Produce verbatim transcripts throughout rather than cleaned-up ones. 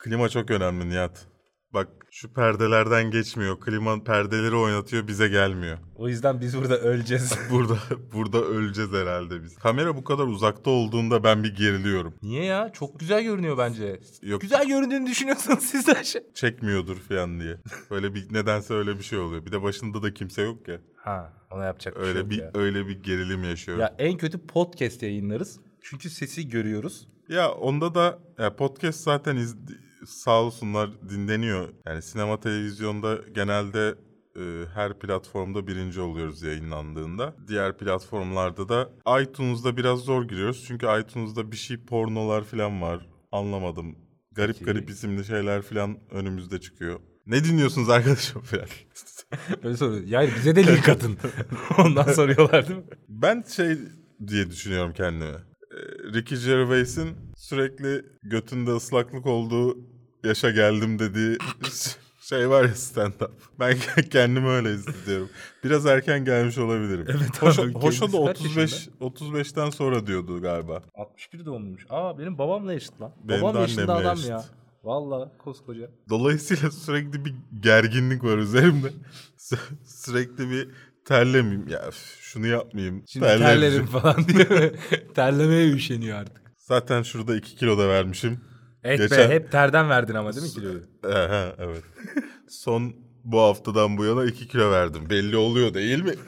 Klima çok önemli Nihat. Bak şu perdelerden geçmiyor. Klima perdeleri oynatıyor, bize gelmiyor. O yüzden biz burada öleceğiz. burada burada öleceğiz herhalde biz. Kamera bu kadar uzakta olduğunda ben bir geriliyorum. Niye ya? Çok güzel görünüyor bence. Yok. Güzel göründüğünü düşünüyorsanız siz de şey. Çekmiyordur falan diye. Böyle bir nedense öyle bir şey oluyor. Bir de başında da kimse yok ya. Ha, ona yapacak bir Öyle şey yok bir ya. öyle bir gerilim yaşıyorum. Ya en kötü podcast yayınlarız. Çünkü sesi görüyoruz. Ya onda da ya podcast zaten iz, sağ olsunlar dinleniyor. Yani sinema televizyonda genelde e, her platformda birinci oluyoruz yayınlandığında. Diğer platformlarda da iTunes'da biraz zor giriyoruz. Çünkü iTunes'da bir şey pornolar falan var. Anlamadım. Garip Peki. garip isimli şeyler falan önümüzde çıkıyor. Ne dinliyorsunuz arkadaşım falan. Öyle soruyor. Yani bize de link atın. Ondan soruyorlar değil mi? Ben şey diye düşünüyorum kendime. Ricky Gervais'in sürekli götünde ıslaklık olduğu yaşa geldim dediği şey var ya, stand-up. Ben kendimi öyle hissediyorum. Biraz erken gelmiş olabilirim. Evet Hoş, abi, Hoş'a da kendisi kaç otuz beş yaşında? otuz beşten sonra diyordu galiba. altmış bir doğumluymuş. Aa benim babamla eşit lan. Benim Babam de yaşında annemle adam eşit. ya. Valla koskoca. Dolayısıyla sürekli bir gerginlik var üzerimde. Sü- sürekli bir terlemeyeyim. Ya üf, şunu yapmayayım. Şimdi terlerim. terlerim falan diye. Terlemeye üşeniyor artık. Zaten şurada iki kilo da vermişim. Evet Geçen- be hep terden verdin ama değil mi kiloyu? Aha, evet. Son bu haftadan bu yana iki kilo verdim. Belli oluyor değil mi?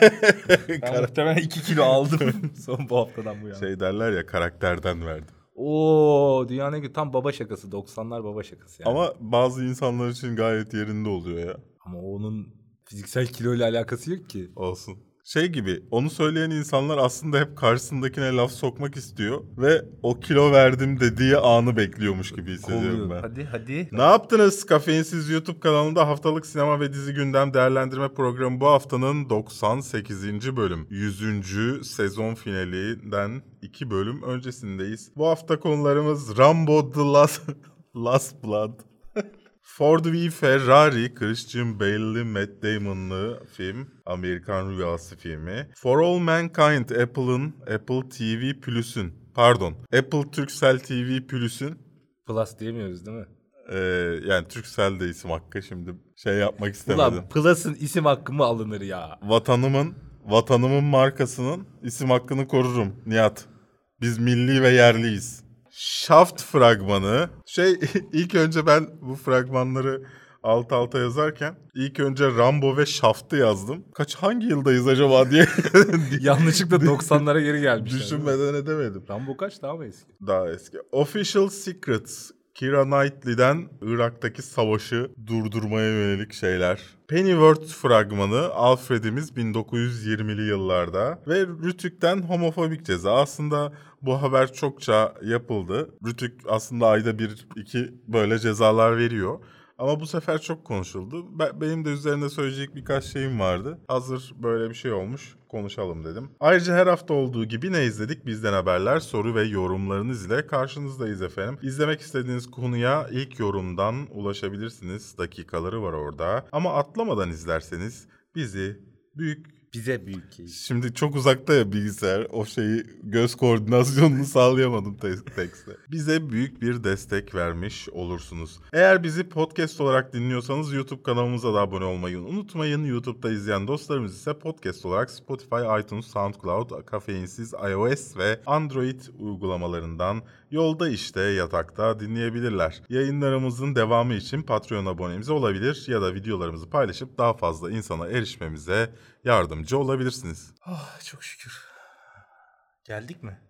Ben muhtemelen iki kilo aldım son bu haftadan bu yana. Şey derler ya, karakterden verdim. Oo dünyanın en kötü tam baba şakası. doksanlar baba şakası yani. Ama bazı insanlar için gayet yerinde oluyor ya. Ama onun fiziksel kiloyla alakası yok ki. Olsun. Şey gibi, onu söyleyen insanlar aslında hep karşısındakine laf sokmak istiyor ve o kilo verdim dediği anı bekliyormuş gibi hissediyorum Kolluyor. ben. Hadi hadi. Ne yaptınız? Kafeinsiz YouTube kanalında haftalık sinema ve dizi gündem değerlendirme programı bu haftanın doksan sekizinci bölüm. yüzüncü sezon finalinden iki bölüm öncesindeyiz. Bu hafta konularımız Rambo The Last, Last Blood, Ford v Ferrari, Christian Bale'li Matt Damon'lı film, Amerikan Rüyası filmi. For All Mankind, Apple'ın, Apple T V Plus'ün, pardon, Apple Turkcell T V Plus'ün, Plus diyemiyoruz değil mi? Ee, yani Turkcell de isim hakkı, şimdi şey yapmak istemedim. Ulan Plus'ın isim hakkı mı alınır ya? Vatanımın, vatanımın markasının isim hakkını korurum Nihat. Biz milli ve yerliyiz. Shaft fragmanı. Şey ilk önce ben bu fragmanları alt alta yazarken ilk önce Rambo ve Shaft'ı yazdım. Kaç hangi yıldayız acaba diye Yanlışlıkla doksanlara geri gelmişler. düşünmeden edemedim. Rambo kaç daha mı eski? Daha eski. Official Secrets. Keira Knightley'den Irak'taki savaşı durdurmaya yönelik şeyler. Pennyworth fragmanı, Alfred'imiz bin dokuz yüz yirmili yıllarda ve Rütük'ten homofobik ceza. Aslında bu haber çokça yapıldı. Rütük aslında ayda bir iki böyle cezalar veriyor. Ama bu sefer çok konuşuldu. Benim de üzerinde söyleyecek birkaç şeyim vardı. Hazır böyle bir şey olmuş, konuşalım dedim. Ayrıca her hafta olduğu gibi ne izledik? Bizden haberler, soru ve yorumlarınız ile karşınızdayız efendim. İzlemek istediğiniz konuya ilk yorumdan ulaşabilirsiniz. Dakikaları var orada. Ama atlamadan izlerseniz bizi büyük... Bize büyük keyif. Şimdi çok uzakta ya bilgisayar. O şeyi, göz koordinasyonunu sağlayamadım te- tekste. Bize büyük bir destek vermiş olursunuz. Eğer bizi podcast olarak dinliyorsanız YouTube kanalımıza da abone olmayı unutmayın. YouTube'da izleyen dostlarımız ise podcast olarak Spotify, iTunes, SoundCloud, Kafeinsiz, iOS ve Android uygulamalarından yolda, işte, yatakta dinleyebilirler. Yayınlarımızın devamı için Patreon abonemiz olabilir ya da videolarımızı paylaşıp daha fazla insana erişmemize yardımcı olabilirsiniz. Oh, çok şükür. Geldik mi?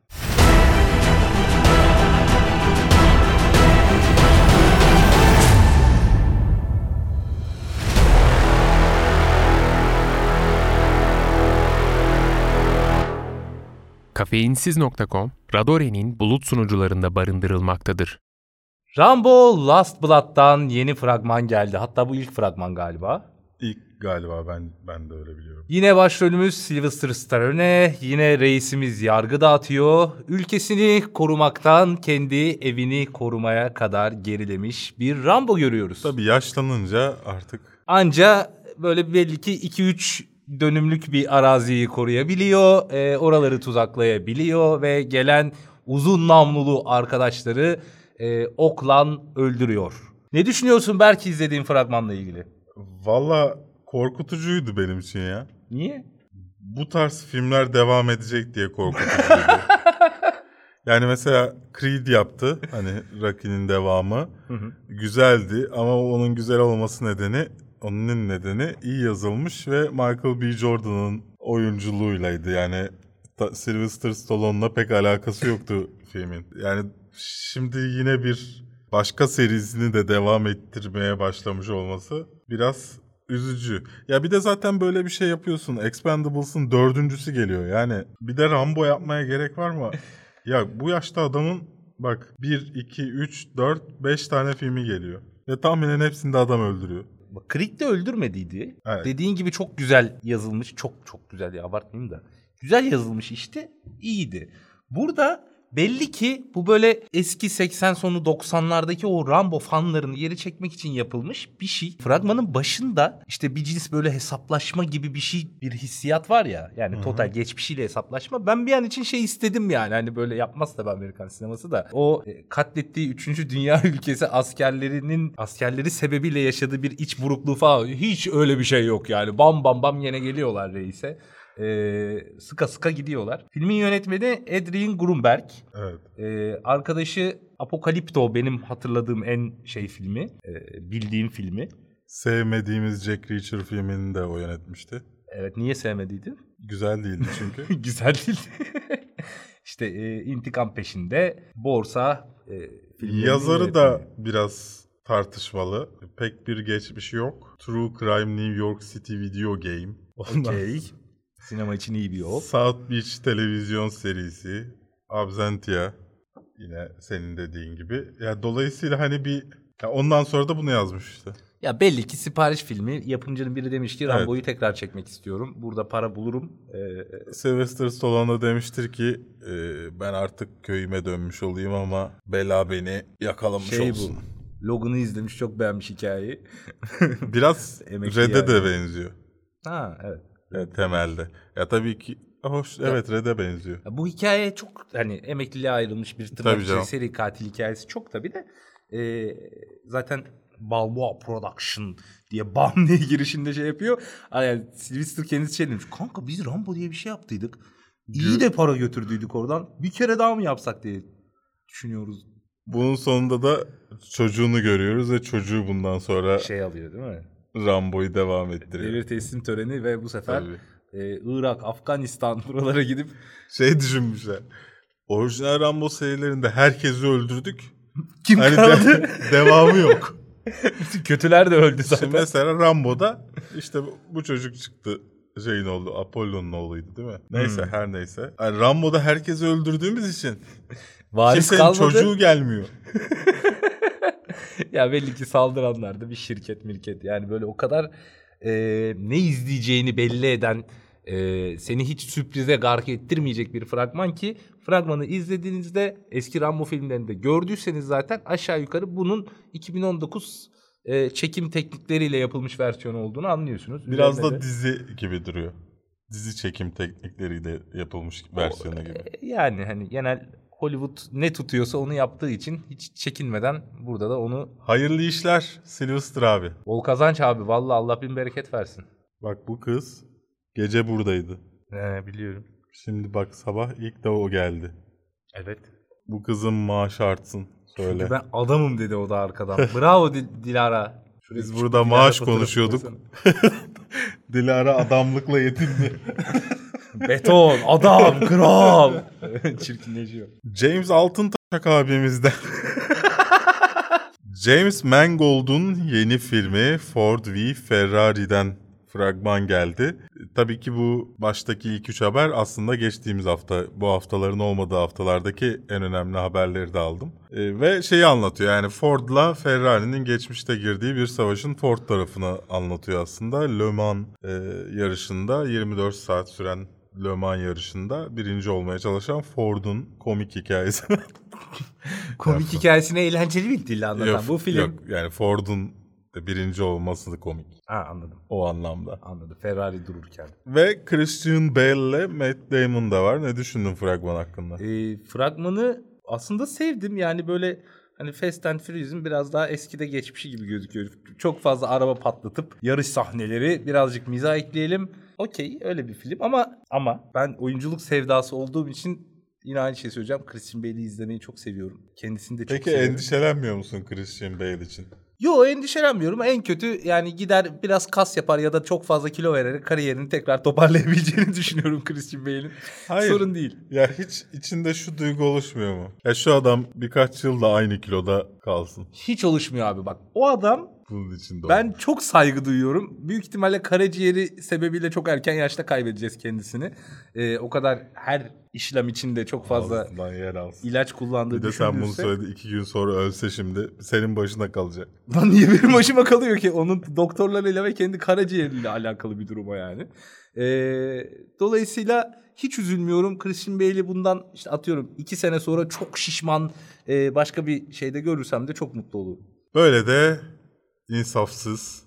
Kafeinsiz nokta com, Radore'nin bulut sunucularında barındırılmaktadır. Rambo Last Blood'dan yeni fragman geldi. Hatta bu ilk fragman galiba. İlk galiba, ben ben de öyle biliyorum. Yine başrolümüz Sylvester Stallone, yine reisimiz yargı dağıtıyor. Ülkesini korumaktan kendi evini korumaya kadar gerilemiş bir Rambo görüyoruz. Tabii yaşlanınca artık... Anca böyle belli ki iki üç dönümlük bir araziyi koruyabiliyor. E, oraları tuzaklayabiliyor ve gelen uzun namlulu arkadaşları e, oklan öldürüyor. Ne düşünüyorsun belki izlediğin fragmanla ilgili? Valla korkutucuydu benim için ya. Niye? Bu tarz filmler devam edecek diye korkutucuydu. Yani mesela Creed yaptı. Hani Rocky'nin devamı. Hı hı. Güzeldi ama onun güzel olması nedeni, onun nedeni iyi yazılmış ve Michael B. Jordan'ın oyunculuğuylaydı. Yani ta, Sylvester Stallone'la pek alakası yoktu filmin. Yani şimdi yine bir başka serisini de devam ettirmeye başlamış olması biraz üzücü. Ya bir de zaten böyle bir şey yapıyorsun. Expendables'ın dördüncüsü geliyor. Yani bir de Rambo yapmaya gerek var mı? Ya bu yaşta adamın bak bir, iki, üç, dört, beş tane filmi geliyor. Ve tahminen hepsinde adam öldürüyor. Bak, Creed de öldürmediydi. Evet. Dediğin gibi çok güzel yazılmış. Çok çok güzel ya, abartmayayım da. Güzel yazılmış işte. İyiydi. Burada belli ki bu böyle eski seksen sonu doksanlardaki o Rambo fanlarını geri çekmek için yapılmış bir şey. Fragmanın başında işte bir cins böyle hesaplaşma gibi bir şey, bir hissiyat var ya. Yani Hı-hı. total geçmişiyle hesaplaşma. Ben bir an için şey istedim yani. Hani böyle yapmaz tabii Amerikan sineması da. O e, katlettiği üçüncü Dünya ülkesi askerlerinin askerleri sebebiyle yaşadığı bir iç burukluğu falan. Hiç öyle bir şey yok yani. Bam bam bam yine geliyorlar reise. Ee, sıka sıka gidiyorlar. Filmin yönetmeni Adrian Grunberg. Evet. Ee, arkadaşı Apocalypto benim hatırladığım en şey filmi. E, bildiğim filmi. Sevmediğimiz Jack Reacher filmini de o yönetmişti. Evet, niye sevmediydin? Güzel değildi çünkü. Güzel değil. İşte e, intikam peşinde borsa e, filmlerinin Yazarı da yönetmeni. biraz tartışmalı. Pek bir geçmişi yok. True Crime New York City Video Game. Ondan Okey. Sinema için iyi bir yol. South Beach televizyon serisi. Absentia. Yine senin dediğin gibi. Ya dolayısıyla hani bir ya ondan sonra da bunu yazmış işte. Ya belli ki sipariş filmi. Yapımcının biri demiş ki Evet. Rambo'yu tekrar çekmek istiyorum. Burada para bulurum. Ee, Sylvester Stallone da demiştir ki e, ben artık köyüme dönmüş olayım ama bela beni yakalamış şey olsun. bu. Logan'ı izlemiş, çok beğenmiş hikayeyi. Biraz Emekli Red'e yani. de benziyor. Ha evet. Evet, temelde. Ya tabii ki hoş, evet Red'e benziyor. Ya bu hikaye çok hani emekliliğe ayrılmış bir Tabii tırnak canım. içinde seri katil hikayesi çok tabii de e, zaten Balboa Production diye bam diye girişinde şey yapıyor. Yani Sylvester kendisi şey demiş. Kanka biz Rambo diye bir şey yaptıydık. İyi de para götürdüydük oradan. Bir kere daha mı yapsak diye düşünüyoruz. Bunun sonunda da çocuğunu görüyoruz ve çocuğu bundan sonra Şey alıyor değil mi? Rambo'yu devam ettiriyor. Devir teslim töreni ve bu sefer Tabii. e, Irak, Afganistan buralara gidip Şey düşünmüşler. Orijinal Rambo serilerinde herkesi öldürdük. kim Hani kaldı? de- devamı yok. Bütün kötüler de öldü zaten. Şimdi mesela Rambo'da işte bu, bu çocuk çıktı. Şeyin oğlu, Apollo'nun oğluydu değil mi? Neyse Hmm. her neyse. Yani Rambo'da herkesi öldürdüğümüz için Varis kimsenin kalmadı. çocuğu gelmiyor. Ya belli ki saldıranlar da bir şirket mirket. Yani böyle o kadar e, ne izleyeceğini belli eden, e, seni hiç sürprize gark ettirmeyecek bir fragman ki fragmanı izlediğinizde eski Rambo filmlerinde gördüyseniz zaten aşağı yukarı bunun iki bin on dokuz e, çekim teknikleriyle yapılmış versiyonu olduğunu anlıyorsunuz. Biraz Üzerine da de- dizi gibi duruyor. Dizi çekim teknikleriyle yapılmış versiyonu gibi. E, yani hani genel Hollywood ne tutuyorsa onu yaptığı için hiç çekinmeden burada da onu... Hayırlı işler Sylvester abi. Bol kazanç abi, vallahi Allah bin bereket versin. Bak bu kız gece buradaydı. He, biliyorum. Şimdi bak sabah ilk de o geldi. Evet. Bu kızın maaşı artsın. Söyle. Çünkü ben adamım dedi o da arkadan. Bravo Dil- Dilara. Şuraya Biz küçük burada bir Dilara maaş fotoğrafı konuşuyorduk. koysana. Dilara adamlıkla yetindi. Beton, adam, kral. Çirkinleşiyor. James Altıntaşak abimizden. James Mangold'un yeni filmi Ford v Ferrari'den fragman geldi. Tabii ki bu baştaki ilk üç haber aslında geçtiğimiz hafta, bu haftaların olmadığı haftalardaki en önemli haberleri de aldım. E, ve şeyi anlatıyor, yani Ford'la Ferrari'nin geçmişte girdiği bir savaşın Ford tarafını anlatıyor aslında. Le Mans e, yarışında yirmi dört saat süren Le Mans yarışında birinci olmaya çalışan Ford'un komik hikayesi. Komik hikayesini eğlenceli bir dille anlatan Yok, bu film. Yok, yani Ford'un birinci olması da komik. Ha, anladım. O anlamda. Anladım. Ferrari dururken. Ve Christian Bale'le Matt Damon da var. Ne düşündün fragman hakkında? E, fragmanı aslında sevdim. Yani böyle Hani Fast and Furious'un biraz daha eskide geçmişi gibi gözüküyor. Çok fazla araba patlatıp yarış sahneleri, birazcık mizah ekleyelim. Okey, öyle bir film ama ama ben oyunculuk sevdası olduğum için yine aynı şeyi söyleyeceğim. Christian Bale'i izlemeyi çok seviyorum. Kendisini de çok Peki seviyorum. endişelenmiyor musun Christian Bale için? Yo, endişelenmiyorum. En kötü yani gider biraz kas yapar ya da çok fazla kilo vererek kariyerini tekrar toparlayabileceğini düşünüyorum Christian Bale'in. Hayır. Sorun değil. Ya hiç içinde şu duygu oluşmuyor mu? Ya şu adam birkaç yıl da aynı kiloda kalsın. Hiç oluşmuyor abi bak. O adam, Bunun içinde ben olmuş. çok saygı duyuyorum. Büyük ihtimalle karaciğeri sebebiyle çok erken yaşta kaybedeceğiz kendisini. Ee, o kadar her işlem içinde çok fazla Ağzından yer alsın. ilaç kullandığı Bir de sen bunu düşünülürse. söyledi, iki gün sonra ölse şimdi senin başına kalacak. Lan niye benim başıma kalıyor ki? Onun doktorlarıyla ve kendi karaciğeriyle alakalı bir durum o yani. Ee, dolayısıyla hiç üzülmüyorum. Christian Bale'i bundan işte atıyorum iki sene sonra çok şişman e, başka bir şeyde görürsem de çok mutlu olurum. Böyle de insafsız.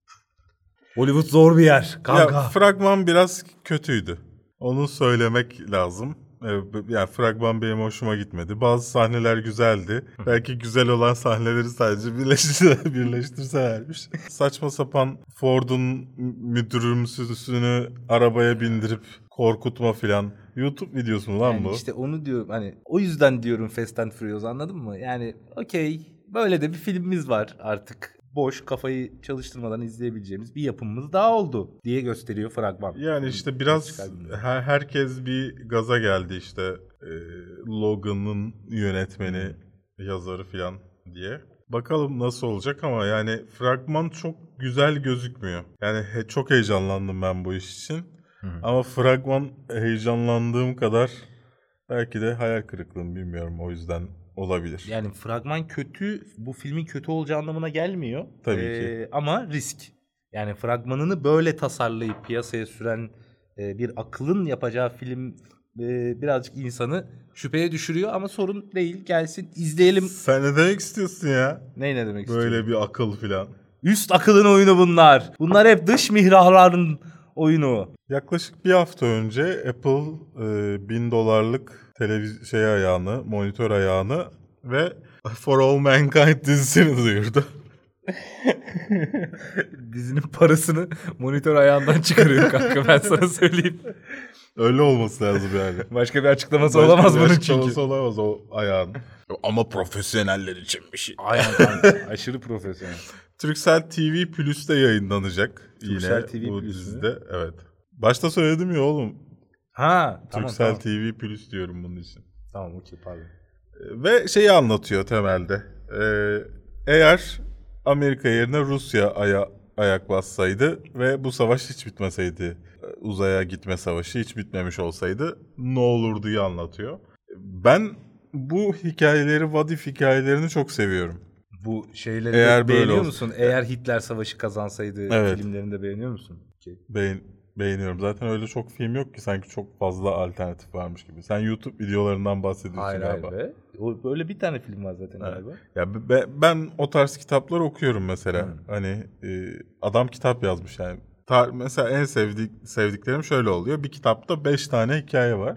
Hollywood zor bir yer kanka. Ya fragman biraz kötüydü. Onu söylemek lazım. Yani fragman benim hoşuma gitmedi. Bazı sahneler güzeldi. Belki güzel olan sahneleri sadece birleştirse, birleştirselermiş. Saçma sapan Ford'un müdürümsüsünü arabaya bindirip korkutma filan. YouTube videosu mu lan Yani bu? işte onu diyorum, hani o yüzden diyorum Fast and Furious, anladın mı? Yani okey, böyle de bir filmimiz var artık. Boş, kafayı çalıştırmadan izleyebileceğimiz bir yapımımız daha oldu diye gösteriyor fragman. Yani işte biraz her, herkes bir gaza geldi işte e, Logan'ın yönetmeni, yazarı filan diye. Bakalım nasıl olacak ama yani fragman çok güzel gözükmüyor. Yani he, çok heyecanlandım ben bu iş için. Hı hı. Ama fragman heyecanlandığım kadar belki de hayal kırıklığım, bilmiyorum, o yüzden olabilir. Yani fragman kötü, bu filmin kötü olacağı anlamına gelmiyor. Tabii ee, ki. Ama risk. Yani fragmanını böyle tasarlayıp piyasaya süren e, bir akılın yapacağı film e, birazcık insanı şüpheye düşürüyor ama sorun değil, gelsin izleyelim. Sen ne demek istiyorsun ya? Ne ne demek Böyle istiyorsun? bir akıl filan. Üst akılın oyunu bunlar. Bunlar hep dış mihrahların oyunu. Yaklaşık bir hafta önce Apple e, bin dolarlık televiz şey ayağını, monitör ayağını ve For All Mankind dizisini duyurdu. Dizinin parasını monitör ayağından çıkarıyor kanka, ben sana söyleyeyim. Öyle olması lazım yani. Başka bir açıklaması Başka olamaz bir bunun açıklaması çünkü. olamaz o ayağın. Ama profesyoneller için bir şey. Aynen kanka, aşırı profesyonel. Turkcell T V Plus'ta yayınlanacak Turkcell yine T V bu Plus dizide. Evet. Başta söyledim ya oğlum. Ha tamam Turkcell tamam. T V Plus diyorum bunun için. Tamam okey, pardon. Ve şeyi anlatıyor temelde. Ee, eğer Amerika yerine Rusya aya, ayak bassaydı ve bu savaş hiç bitmeseydi, uzaya gitme savaşı hiç bitmemiş olsaydı ne olurduyu anlatıyor. Ben bu hikayeleri, what if hikayelerini çok seviyorum. Bu şeyleri Eğer de böyle beğeniyor olsa- musun? Eğer Hitler savaşı kazansaydı Evet. filmlerini de beğeniyor musun? Okay. Beğen, beğeniyorum. Zaten öyle çok film yok ki, sanki çok fazla alternatif varmış gibi. Sen YouTube videolarından bahsediyorsun Hayır galiba. hayır be. O, böyle bir tane film var zaten Evet. galiba. Ya be- ben o tarz kitaplar okuyorum mesela. Hmm. Hani e, adam kitap yazmış yani. Ta- mesela en sevdik sevdiklerim şöyle oluyor. Bir kitapta beş tane hikaye var.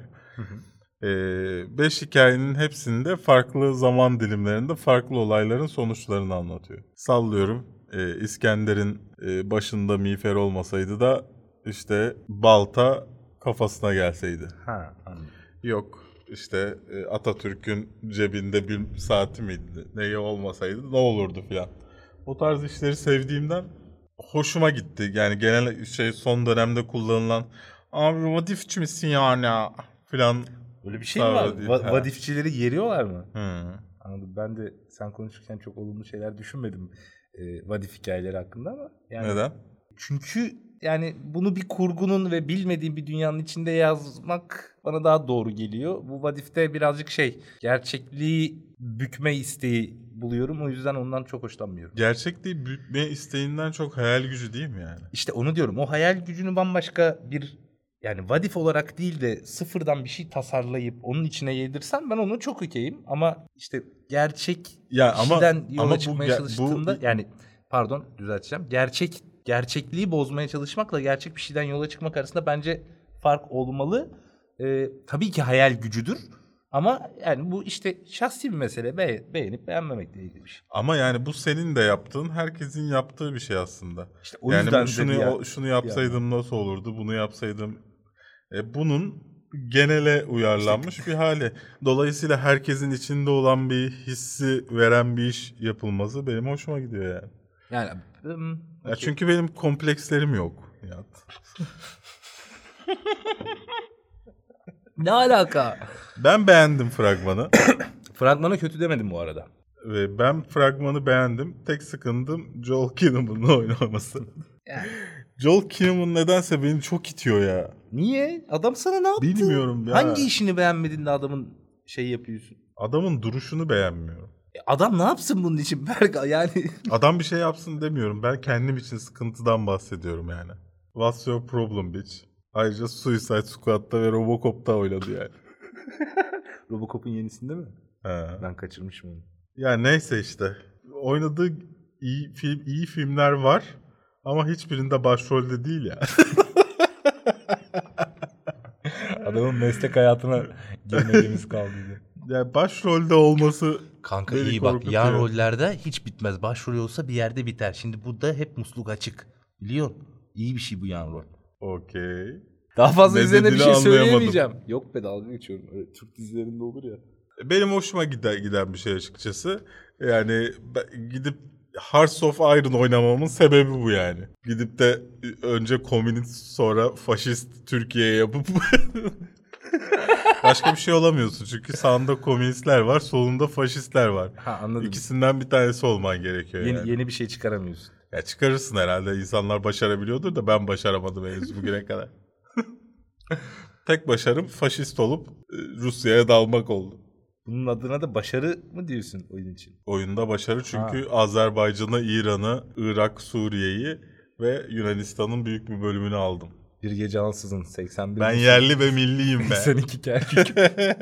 e, beş hikayenin hepsinde farklı zaman dilimlerinde farklı olayların sonuçlarını anlatıyor. Sallıyorum. e, İskender'in e, başında miğfer olmasaydı da işte balta kafasına gelseydi. Ha, anladım. Yok işte e, Atatürk'ün cebinde bir saati miydi? Neyi olmasaydı ne olurdu filan. O tarz işleri sevdiğimden hoşuma gitti. Yani genel şey, son dönemde kullanılan abi vadifçi misin yani filan. Öyle bir şey mi var? Değil, Va- ha. vadifçileri yeriyorlar mı? Hmm. Anladım. Ben de sen konuşurken çok olumlu şeyler düşünmedim e, vadif hikayeleri hakkında ama. Yani Neden? Çünkü yani bunu bir kurgunun ve bilmediğim bir dünyanın içinde yazmak bana daha doğru geliyor. Bu vadifte birazcık şey, gerçekliği bükme isteği buluyorum. O yüzden ondan çok hoşlanmıyorum. Gerçekliği büyütme isteğinden çok hayal gücü değil mi yani? İşte onu diyorum. O hayal gücünü bambaşka bir, yani vadif olarak değil de sıfırdan bir şey tasarlayıp onun içine yedirsen ben onu çok okeyim. Ama işte gerçek Ya ama- kişiden yola ama bu çıkmaya ge- çalıştığımda bu- yani pardon düzelteceğim. Gerçek gerçekliği bozmaya çalışmakla gerçek bir şeyden yola çıkmak arasında bence fark olmalı. Ee, tabii ki hayal gücüdür. Ama yani bu işte şahsi bir mesele. Be- beğenip beğenmemekle ilgili bir şey. Ama yani bu senin de yaptığın, herkesin yaptığı bir şey aslında. İşte o yani yüzden bu şunu dedi ya- o- şunu yapsaydım nasıl olurdu? Bunu yapsaydım. E, bunun genele uyarlanmış bir hali. Dolayısıyla herkesin içinde olan bir hissi veren bir iş yapılması benim hoşuma gidiyor yani. Yani ım, Ya okey. çünkü benim komplekslerim yok. Nihat. Ne alaka? Ben beğendim fragmanı. Fragmana kötü demedim bu arada. Ve ben fragmanı beğendim. Tek sıkıntım Joel Kinnaman'ın oynaması. Yani. Joel Kinnaman nedense beni çok itiyor ya. Niye? Adam sana ne yaptı? Bilmiyorum ya. Hangi işini beğenmedin de adamın şey yapıyorsun? Adamın duruşunu beğenmiyorum. E adam ne yapsın bunun için Berk? Yani Adam bir şey yapsın demiyorum. Ben kendim için sıkıntıdan bahsediyorum yani. What's your problem bitch? Ayrıca Suicide Squad'da ve Robocop'ta oynadı yani. Robocop'un yenisinde mi? He. Ben kaçırmışım onu. Ya neyse işte. Oynadığı iyi film iyi filmler var ama hiçbirinde başrolde değil ya. Adamın meslek hayatına girmediğimiz kaldıydı. Yani başrolde olması Kanka beni iyi bak, korkutuyor. yan rollerde hiç bitmez. Başrol olsa bir yerde biter. Şimdi burada hep musluk açık. Biliyorsun. İyi bir şey bu yan rol. Okey. Daha fazla Ne üzerine bir dediğini şey anlayamadım. söyleyemeyeceğim. Yok be, dalga geçiyorum. Öyle Türk dizilerinde olur ya. Benim hoşuma giden, giden bir şey açıkçası. Yani ben gidip Hearts of Iron oynamamın sebebi bu yani. Gidip de önce komünist sonra faşist Türkiye yapıp başka bir şey olamıyorsun. Çünkü sağında komünistler var, solunda faşistler var. Ha, anladım. İkisinden bir tanesi olman gerekiyor Yeni, yani. yeni bir şey çıkaramıyorsun. Ya çıkarırsın herhalde. İnsanlar başarabiliyordur da ben başaramadım henüz bugüne kadar. Tek başarım faşist olup e, Rusya'ya dalmak oldu. Bunun adına da başarı mı diyorsun oyun için? Oyunda başarı çünkü Azerbaycan'ı, İran'ı, Irak, Suriye'yi ve Yunanistan'ın büyük bir bölümünü aldım. Bir gece ansızın seksen bir. Ben yerli ve milliyim ben. Seninki Kerkük.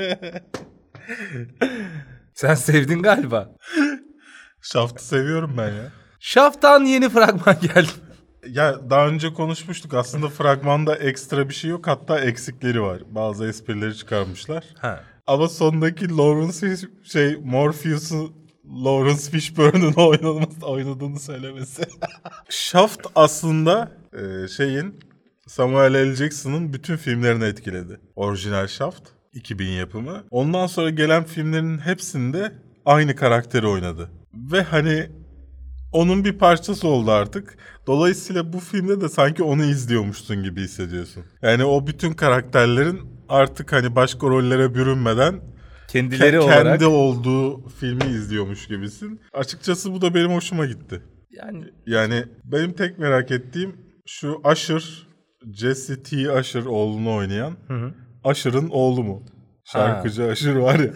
Sen sevdin galiba. Şaft'ı seviyorum ben ya. Shaft'tan yeni fragman geldi. Ya daha önce konuşmuştuk. Aslında fragmanda ekstra bir şey yok. Hatta eksikleri var. Bazı esprileri çıkarmışlar. Ha. Ama sondaki Lawrence Fish- şey Morpheus'u Lawrence Fishburne'ın oynaması, oynadığını söylemesi. Shaft aslında e, şeyin Samuel L. Jackson'ın bütün filmlerini etkiledi. Orijinal Shaft iki bin yapımı. Ondan sonra gelen filmlerin hepsinde aynı karakteri oynadı. Ve hani onun bir parçası oldu artık. Dolayısıyla bu filmde de sanki onu izliyormuşsun gibi hissediyorsun. Yani o bütün karakterlerin artık hani başka rollere bürünmeden Kendileri ke- olarak. kendi olduğu filmi izliyormuş gibisin. Açıkçası bu da benim hoşuma gitti. Yani Yani benim tek merak ettiğim şu Usher, Jesse T. Usher oğlunu oynayan hı. Usher'ın oğlu mu? Şarkıcı Usher var ya.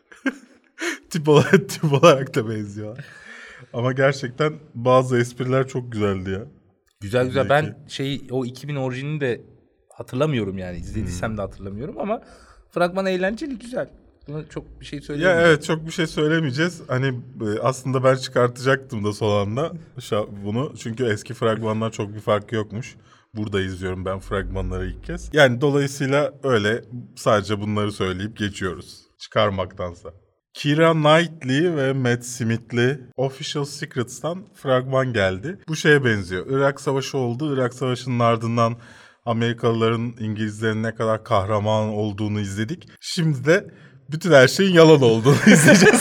tip, olarak, tip olarak da benziyor. Ama gerçekten bazı espriler çok güzeldi ya. güzel güzel. Belki. Ben şey o iki bin orijinini de hatırlamıyorum yani. İzlediysem Hmm. de hatırlamıyorum ama fragman eğlenceli, güzel. Buna çok bir şey Ya söyleyemeyeceğim. evet, çok bir şey söylemeyeceğiz. Hani e, aslında ben çıkartacaktım da son anda şa- bunu. Çünkü eski fragmanlar çok bir farkı yokmuş. Burada izliyorum ben fragmanları ilk kez. Yani dolayısıyla öyle sadece bunları söyleyip geçiyoruz. Çıkarmaktansa. Keira Knightley ve Matt Smith'li Official Secrets'tan fragman geldi. Bu şeye benziyor. Irak Savaşı oldu. Irak Savaşı'nın ardından Amerikalıların İngilizlerin ne kadar kahraman olduğunu izledik. Şimdi de bütün her şeyin yalan olduğunu izleyeceğiz.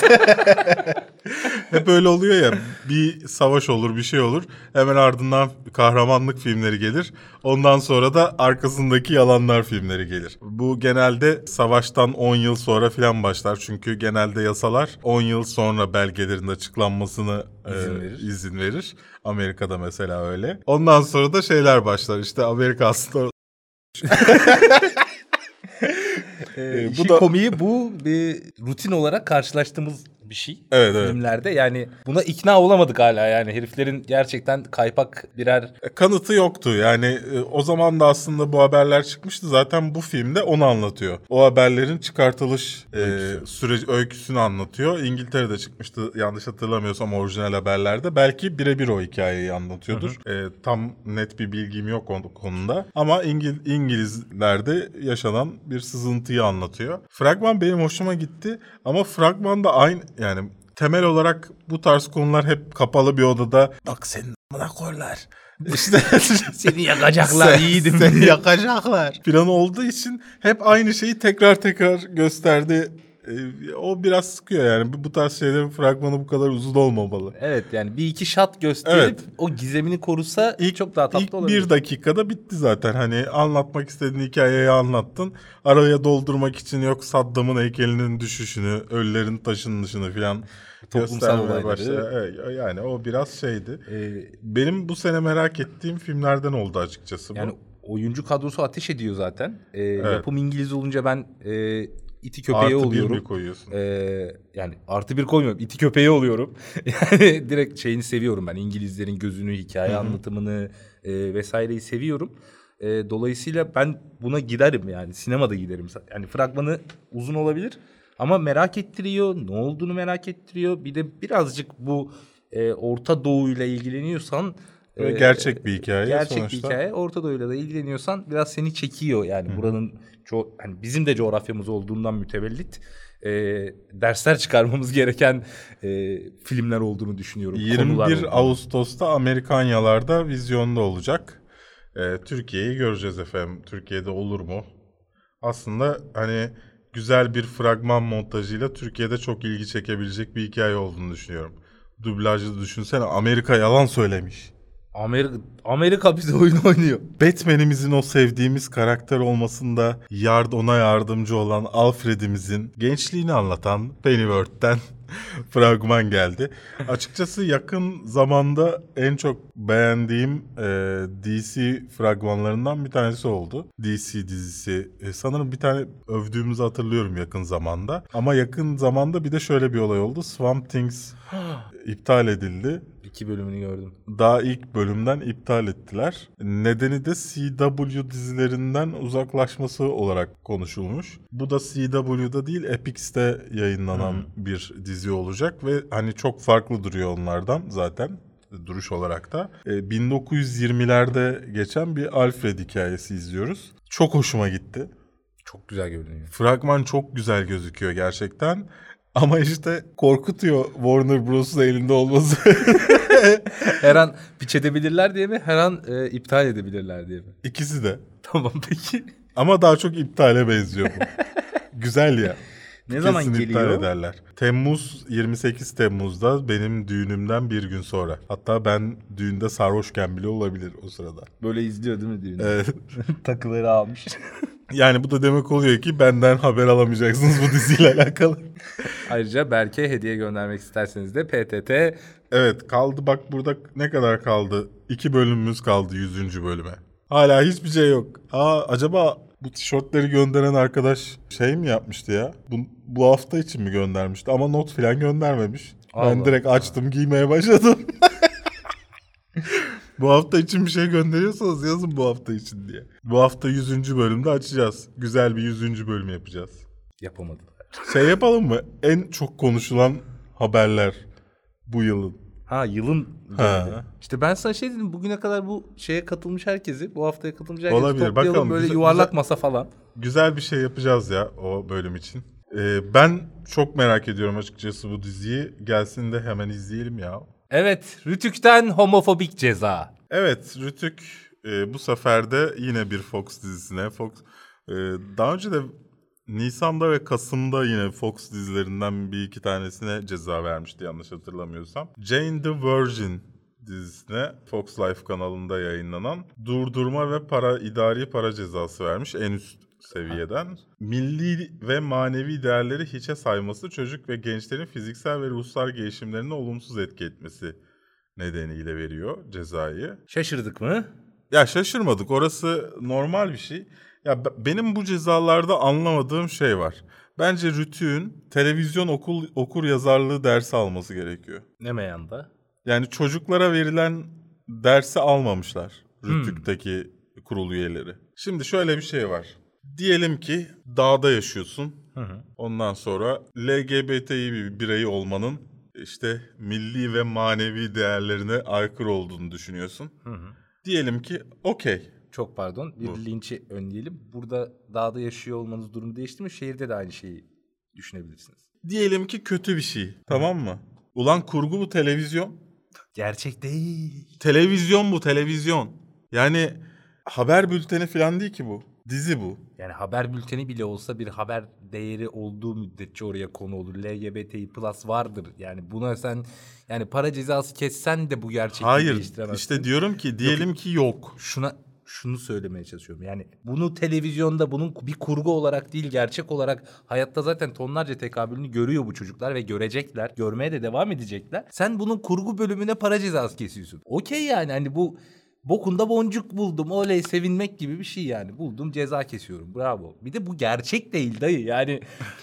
Hep öyle oluyor ya, bir savaş olur, bir şey olur. Hemen ardından kahramanlık filmleri gelir. Ondan sonra da arkasındaki yalanlar filmleri gelir. Bu genelde savaştan on yıl sonra falan başlar. Çünkü genelde yasalar on yıl sonra belgelerin açıklanmasını İzin e, verir. izin verir. Amerika'da mesela öyle. Ondan sonra da şeyler başlar. İşte Amerika aslında Ee, bu işin da- komiği bu bir rutin olarak karşılaştığımız bir şey Evet, evet. filmlerde. Yani buna ikna olamadık hala yani. Heriflerin gerçekten kaypak birer... E, Kanıtı yoktu. Yani e, o zaman da aslında bu haberler çıkmıştı. Zaten bu filmde onu anlatıyor. O haberlerin çıkartılış e, Öyküsü. süreci, öyküsünü anlatıyor. İngiltere'de çıkmıştı yanlış hatırlamıyorsam orijinal haberlerde. Belki birebir o hikayeyi anlatıyordur. E, tam net bir bilgim yok o konuda. Ama İngil İngilizlerde yaşanan bir sızıntıyı anlatıyor. Fragman benim hoşuma gitti. Ama fragmanda aynı yani temel olarak bu tarz konular hep kapalı bir odada. Bak senin amına koylar. İşte Seni yakacaklar yiğidim. Seni yakacaklar. Planı olduğu için hep aynı şeyi tekrar tekrar gösterdi. Ee, o biraz sıkıyor yani. Bu, bu tarz şeylerin fragmanı bu kadar uzun olmamalı. Evet yani bir iki shot gösterip Evet. o gizemini korusa ilk, çok daha tatlı İlk olabilir. bir dakikada bitti zaten. Hani anlatmak istediğin hikayeyi anlattın. Araya doldurmak için yok Saddam'ın heykelinin düşüşünü, ölülerin taşınışını falan Toplumsal göstermeye olayları. başladı. Evet, yani o biraz şeydi. Ee, Benim bu sene merak ettiğim filmlerden oldu açıkçası bu. yani oyuncu kadrosu ateş ediyor zaten. Ee, Yapım İngiliz olunca ben e, iti köpeği Artı oluyorum. bir mi koyuyorsun? Ee, yani artı bir koymuyorum. İti köpeği oluyorum. Yani direkt şeyini seviyorum ben. İngilizlerin gözünü, hikaye Hı-hı. anlatımını e, vesaireyi seviyorum. E, dolayısıyla ben buna giderim yani. Sinemada giderim. Yani fragmanı uzun olabilir ama merak ettiriyor. Ne olduğunu merak ettiriyor. Bir de birazcık bu e, Orta Doğu ile ilgileniyorsan Ve e, gerçek bir hikaye gerçek sonuçta. bir hikaye. Orta Doğu'yla da ilgileniyorsan biraz seni çekiyor yani. Hı-hı. Buranın ço- hani bizim de coğrafyamız olduğundan mütevellit e, dersler çıkarmamız gereken e, filmler olduğunu düşünüyorum. yirmi bir Ağustos'ta Amerikanyalarda vizyonda olacak. Ee, Türkiye'yi göreceğiz efendim. Türkiye'de olur mu? Aslında hani güzel bir fragman montajıyla Türkiye'de çok ilgi çekebilecek bir hikaye olduğunu düşünüyorum. Dublajı düşünsene, Amerika yalan söylemiş. Amerika, Amerika bize oyun oynuyor. Batman'imizin o sevdiğimiz karakter olmasında yard ona yardımcı olan Alfred'imizin gençliğini anlatan Pennyworth'ten fragman geldi. Açıkçası yakın zamanda en çok beğendiğim e, D C fragmanlarından bir tanesi oldu. D C dizisi. E, sanırım bir tane övdüğümüzü hatırlıyorum yakın zamanda. Ama yakın zamanda bir de şöyle bir olay oldu. Swamp Things iptal edildi. İki bölümünü gördüm. Daha ilk bölümden iptal ettiler. Nedeni de C W dizilerinden uzaklaşması olarak konuşulmuş. Bu da C W'da değil Epix'te yayınlanan hmm. bir dizi olacak ve hani çok farklı duruyor onlardan zaten duruş olarak da. E, bin dokuz yüz yirmilerde geçen bir Alfred hikayesi izliyoruz. Çok hoşuma gitti. Çok güzel görünüyor. Fragman çok güzel gözüküyor gerçekten. Ama işte korkutuyor Warner Bros'un elinde olması. Her an piç edebilirler diye mi? Her an e, iptal edebilirler diye mi? İkisi de. Tamam peki. Ama daha çok iptale benziyor bu. Güzel ya. Ne zaman Kesin geliyor? iptal ederler. Temmuz, yirmi sekiz Temmuz'da benim düğünümden bir gün sonra. Hatta ben düğünde sarhoşken bile olabilir o sırada. Böyle izliyor değil mi düğünü? Evet. Takıları almış. Yani bu da demek oluyor ki benden haber alamayacaksınız bu diziyle alakalı. Ayrıca Berke hediye göndermek isterseniz de P T T. Evet kaldı bak burada ne kadar kaldı? İki bölümümüz kaldı yüzüncü bölüme. Hala hiçbir şey yok. Aa acaba bu tişörtleri gönderen arkadaş şey mi yapmıştı ya? Bu, bu hafta için mi göndermişti? Ama not falan göndermemiş. Allah ben direkt açtım giymeye başladım. Bu hafta için bir şey gönderiyorsanız yazın bu hafta için diye. Bu hafta yüzüncü bölümde açacağız. Güzel bir yüzüncü bölüm yapacağız. Yapamadılar. Şey yapalım mı? En çok konuşulan haberler bu yılın. Ha yılın. Ha. İşte ben sana şey dedim bugüne kadar bu şeye katılmış herkesi, bu haftaya katılmış herkesi olabilir. toplayalım. Bakalım, böyle güzel, yuvarlak güzel, masa falan. Güzel bir şey yapacağız ya o bölüm için. Ee, ben çok merak ediyorum açıkçası bu diziyi. Gelsin de hemen izleyelim ya. Evet, Rütük'ten homofobik ceza. Evet, Rütük e, bu sefer de yine bir Fox dizisine. Fox e, daha önce de Nisan'da ve Kasım'da yine Fox dizilerinden bir iki tanesine ceza vermişti yanlış hatırlamıyorsam. Jane the Virgin dizisine Fox Life kanalında yayınlanan durdurma ve para idari para cezası vermiş en üst seviyeden. Milli ve manevi değerleri hiçe sayması, çocuk ve gençlerin fiziksel ve ruhsal gelişimlerine olumsuz etki etmesi nedeniyle veriyor cezayı. Şaşırdık mı? Ya şaşırmadık. Orası normal bir şey. Ya benim bu cezalarda anlamadığım şey var. Bence Rütük'ün televizyon okul okur yazarlığı dersi alması gerekiyor. Ne meyanda? Yani çocuklara verilen dersi almamışlar Hmm. Rütük'teki kurul üyeleri. Şimdi şöyle bir şey var. Diyelim ki dağda yaşıyorsun. Hı hı. Ondan sonra L G B T İ bir birey olmanın işte milli ve manevi değerlerine aykırı olduğunu düşünüyorsun. Hı hı. Diyelim ki okey. Çok pardon. Bir Bu. linçi önleyelim. Burada dağda yaşıyor olmanız durumu değişti mi? Şehirde de aynı şeyi düşünebilirsiniz. Diyelim ki kötü bir şey. Tamam mı? Ulan kurgu bu televizyon. Gerçek değil. Televizyon bu televizyon. Yani haber bülteni falan değil ki bu. Dizi bu. Yani haber bülteni bile olsa bir haber değeri olduğu müddetçe oraya konu olur. L G B T İ plus vardır. Yani buna sen yani para cezası kessen de bu gerçekliği Hayır değiştiremezsin. işte diyorum ki diyelim Yok. ki yok. Şuna şunu söylemeye çalışıyorum. Yani bunu televizyonda bunun bir kurgu olarak değil gerçek olarak hayatta zaten tonlarca tekabülünü görüyor bu çocuklar ve görecekler. Görmeye de devam edecekler. Sen bunun kurgu bölümüne para cezası kesiyorsun. Okey yani hani bu bokunda boncuk buldum. Oley sevinmek gibi bir şey yani. Buldum ceza kesiyorum. Bravo. Bir de bu gerçek değil dayı. Yani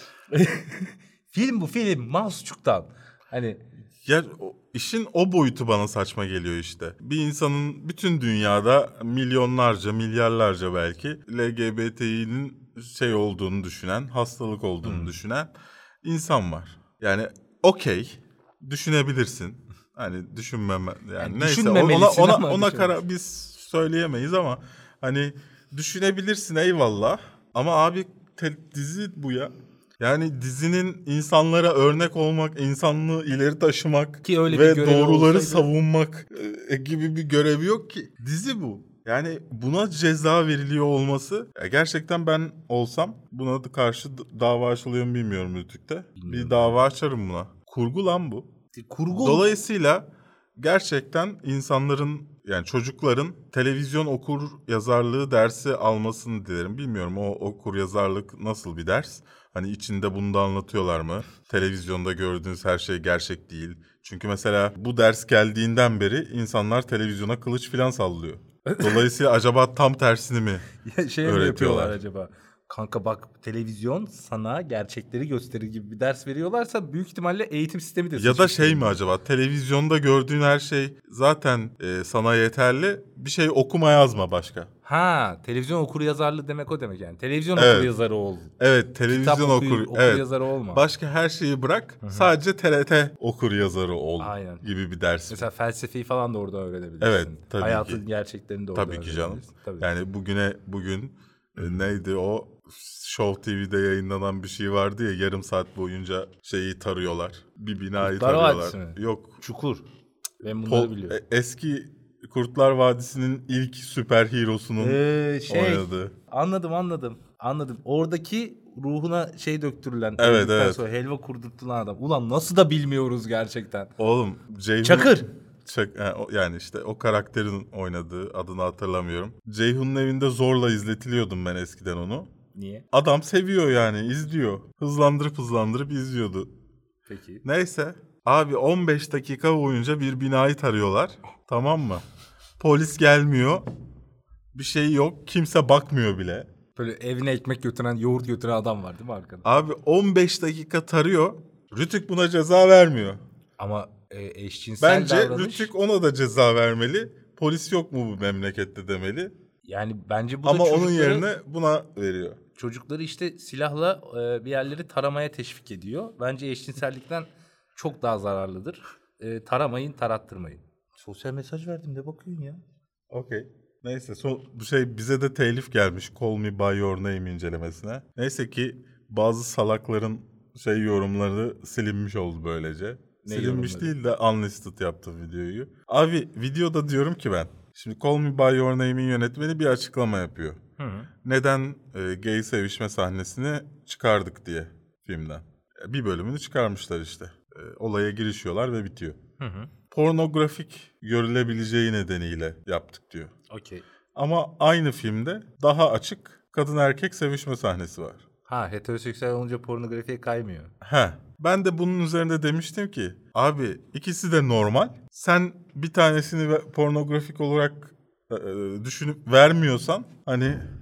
film bu film. Mahsusçuktan. Hani Ya o- işin o boyutu bana saçma geliyor işte. Bir insanın bütün dünyada milyonlarca, milyarlarca belki L G B T İ'nin şey olduğunu düşünen, hastalık olduğunu Hmm. düşünen insan var. Yani okey düşünebilirsin. Hani düşünmem yani, Yani neyse ona düşünmemelisin ona ama ona düşünmelisin. kara biz söyleyemeyiz ama hani düşünebilirsin eyvallah. Ama abi te- dizi bu ya. Yani dizinin insanlara örnek olmak, insanlığı ileri taşımak Ki öyle bir ve görevi doğruları olsaydı- savunmak e, gibi bir görevi yok ki. Dizi bu. Yani buna ceza veriliyor olması ya gerçekten ben olsam buna da karşı d- dava açılıyor mu bilmiyorum Rütük'te. Bilmiyorum Bir dava açarım buna. Kurgu lan bu. kurgu Dolayısıyla gerçekten insanların yani çocukların televizyon okur yazarlığı dersi almasını dilerim. Bilmiyorum o okur yazarlık nasıl bir ders? Hani içinde bunu da anlatıyorlar mı? Televizyonda gördüğünüz her şey gerçek değil. Çünkü mesela bu ders geldiğinden beri insanlar televizyona kılıç falan sallıyor. Dolayısıyla acaba tam tersini mi? şey mi öğretiyorlar. yapıyorlar acaba? Kanka bak televizyon sana gerçekleri gösterir gibi bir ders veriyorlarsa büyük ihtimalle eğitim sistemi de Ya da sıçmış şey mi durumda. acaba? Televizyonda gördüğün her şey zaten e, sana yeterli. Bir şey okuma yazma başka. Ha, televizyon okur yazarlığı demek o demek yani. Televizyon Evet. okur yazarı ol. Evet, televizyon Kitap okur, okur. okur evet. yazarı olma. Başka her şeyi bırak. Sadece T R T okur yazarı ol. Aynen. Gibi bir ders. Mesela felsefeyi falan da orada öğrenebilirsin. Evet, tabii Hayatın ki. gerçeklerini de orada Tabii ki canım. öğrenebilirsin. Tabii. Yani bugüne bugün e, neydi o Show T V'de yayınlanan bir şey vardı ya yarım saat boyunca şeyi tarıyorlar. Bir binayı Kurtlar Vadisi tarıyorlar. mi? Yok. Çukur. Ben bunları Pol- biliyorum. e, eski Kurtlar Vadisi'nin ilk süper hero'sunun Ee, şey oynadığı. anladım anladım. Anladım. Oradaki ruhuna şey döktürülen, Evet, öldükten evet. sonra helva kurdurtulan adam. Ulan nasıl da bilmiyoruz gerçekten. Oğlum Ceyhun... Çakır. Çak- ha, o- yani işte o karakterin oynadığı adını hatırlamıyorum. Ceyhun'un evinde zorla izletiliyordum ben eskiden onu. Niye? Adam seviyor yani izliyor. Hızlandırıp hızlandırıp izliyordu. Peki. Neyse abi on beş dakika boyunca bir binayı tarıyorlar. Tamam mı? Polis gelmiyor. Bir şey yok. Kimse bakmıyor bile. Böyle evine ekmek götüren, yoğurt götüren adam var değil mi arkada? Abi on beş dakika tarıyor. Rütük buna ceza vermiyor. Ama e, eşcinsel Bence davranış... Rütük ona da ceza vermeli. Polis yok mu bu memlekette demeli. Yani bence bu Ama da onun çocukları, yerine buna veriyor. çocukları işte silahla e, bir yerleri taramaya teşvik ediyor. Bence eşcinsellikten çok daha zararlıdır. E, taramayın, tarattırmayın. Sosyal mesaj verdim de bakıyorsun ya. Okey. Neyse son, bu şey bize de telif gelmiş Call Me By Your Name incelemesine. Neyse ki bazı salakların şey yorumları silinmiş oldu böylece. Ne Silinmiş yorumları? değil de unlisted yaptı videoyu. Abi videoda diyorum ki ben. Şimdi Call Me By Your Name'in yönetmeni bir açıklama yapıyor. Hı hı. Neden e, gay sevişme sahnesini çıkardık diye filmden. E, bir bölümünü çıkarmışlar işte. E, olaya girişiyorlar ve bitiyor. Hı hı. Pornografik görülebileceği nedeniyle yaptık diyor. Okey. Ama aynı filmde daha açık kadın erkek sevişme sahnesi var. Ha, heteroseksüel olunca pornografiye kaymıyor. He. Ben de bunun üzerinde demiştim ki abi ikisi de normal. Sen bir tanesini ve- pornografik olarak e, e, düşünüp vermiyorsan hani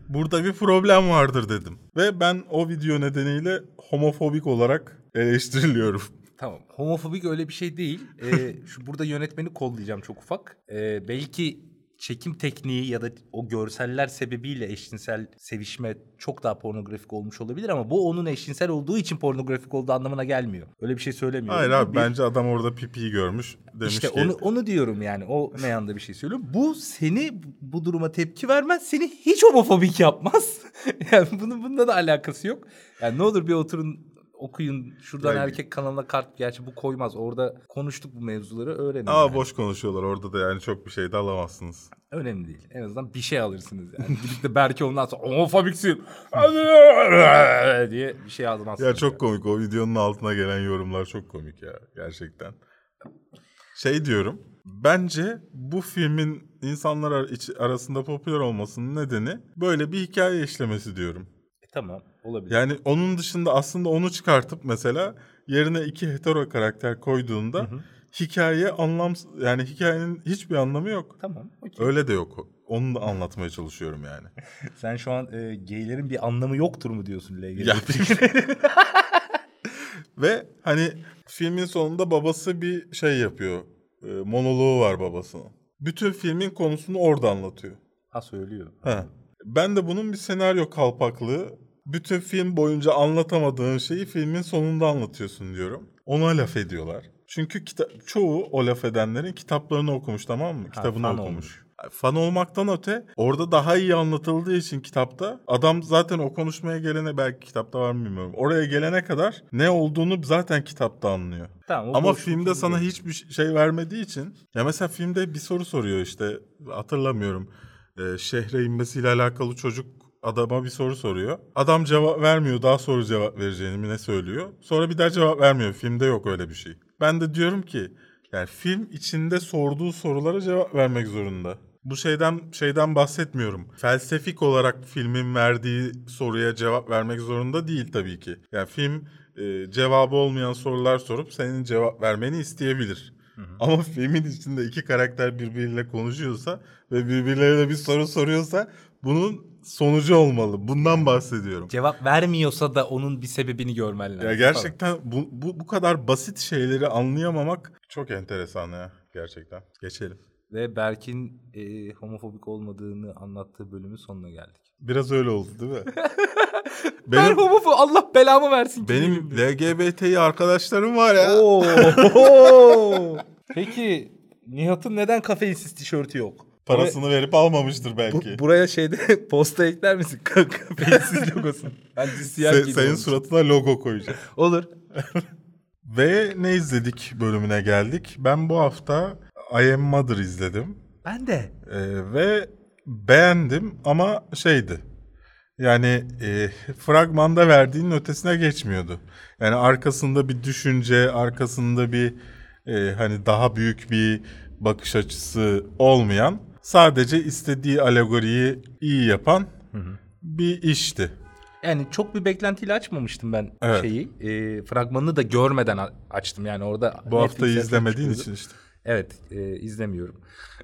burada bir problem vardır dedim. Ve ben o video nedeniyle homofobik olarak eleştiriliyorum. Tamam. Homofobik öyle bir şey değil. Ee, şu burada yönetmeni kollayacağım çok ufak. Ee, belki çekim tekniği ya da o görseller sebebiyle eşcinsel sevişme çok daha pornografik olmuş olabilir ama bu onun eşcinsel olduğu için pornografik olduğu anlamına gelmiyor. Öyle bir şey söylemiyorum. Hayır abi bir... bence adam orada pipiyi görmüş. Demiş İşte ki... onu, onu diyorum yani. O meyanda bir şey söylüyorum. Bu seni bu duruma tepki vermez. Seni hiç homofobik yapmaz. Yani bunun bununla da alakası yok. Yani ne olur bir oturun okuyun. Şuradan Yani... erkek kanalına kart. Gerçi bu koymaz. Orada konuştuk bu mevzuları. Öğrenin. Ama yani. boş konuşuyorlar. Orada da yani çok bir şey de alamazsınız. Önemli değil. En azından bir şey alırsınız yani. Gidip de belki ondan sonra homofobiksin diye bir şey yazmazsınız. Ya çok yani. komik. O videonun altına gelen yorumlar çok komik ya. Gerçekten. Şey diyorum. Bence bu filmin insanlar arasında popüler olmasının nedeni böyle bir hikaye işlemesi diyorum. E, tamam. Olabilir. Yani onun dışında aslında onu çıkartıp mesela yerine iki hetero karakter koyduğunda... Hı hı. Hikaye anlam yani hikayenin hiçbir anlamı yok. Tamam. Okay. Öyle de yok. Onu da anlatmaya çalışıyorum yani. Sen şu an e, gaylerin bir anlamı yoktur mu diyorsun L G B T? Ya, ve hani filmin sonunda babası bir şey yapıyor. E, monoloğu var babasının. Bütün filmin konusunu orada anlatıyor. Ha söylüyor. Ha. Ben de bunun bir senaryo kalpaklığı. Bütün film boyunca anlatamadığın şeyi filmin sonunda anlatıyorsun diyorum. Ona laf ediyorlar. Çünkü kita- çoğu o laf edenlerin kitaplarını okumuş, tamam mı? Kitabını ha, okumuş. Olmuş. Fan olmaktan öte orada daha iyi anlatıldığı için kitapta adam zaten o konuşmaya gelene, belki kitapta var mı bilmiyorum. Oraya gelene kadar ne olduğunu zaten kitapta anlıyor. Tamam, ama filmde sana değil. Hiçbir şey vermediği için, ya mesela filmde bir soru soruyor işte, hatırlamıyorum. Ee, şehre inmesiyle alakalı çocuk adama bir soru soruyor. Adam cevap vermiyor, daha soru cevap vereceğini mi ne söylüyor. Sonra bir daha cevap vermiyor. Filmde yok öyle bir şey. Ben de diyorum ki yani film içinde sorduğu sorulara cevap vermek zorunda. Bu şeyden şeyden bahsetmiyorum. Felsefik olarak filmin verdiği soruya cevap vermek zorunda değil tabii ki. Yani film e, cevabı olmayan sorular sorup senin cevap vermeni isteyebilir. Hı hı. Ama filmin içinde iki karakter birbiriyle konuşuyorsa ve birbirlerine bir soru soruyorsa bunun sonucu olmalı. Bundan bahsediyorum. Cevap vermiyorsa da onun bir sebebini görmen lazım. Ya gerçekten bu, bu bu kadar basit şeyleri anlayamamak çok enteresan ya gerçekten. Geçelim. Ve Berk'in e, homofobik olmadığını anlattığı bölümün sonuna geldik. Biraz öyle oldu değil mi? benim, ben homofobik, Allah belamı versin. Benim L G B T'yi arkadaşlarım var ya. Oo. Peki Nihat'ın neden kafeinsiz tişörtü yok? Parasını buraya, verip almamıştır belki. Bu, buraya şeyde posta ekler misin? Kafeinsiz logosunu. Ben siyah Se, senin suratına logo koyacağım. Olur. Ve ne izledik bölümüne geldik. Ben bu hafta I Am Mother izledim. Ben de. Ee, ve beğendim ama şeydi. Yani e, fragmanda verdiğinin ötesine geçmiyordu. Yani arkasında bir düşünce, arkasında bir e, hani daha büyük bir bakış açısı olmayan, sadece istediği alegoriyi iyi yapan hı hı. bir işti. Yani çok bir beklentiyle açmamıştım ben evet. şeyi. E, fragmanını da görmeden açtım yani orada. Bu hafta izlemediğin için işte. Evet, e, izlemiyorum.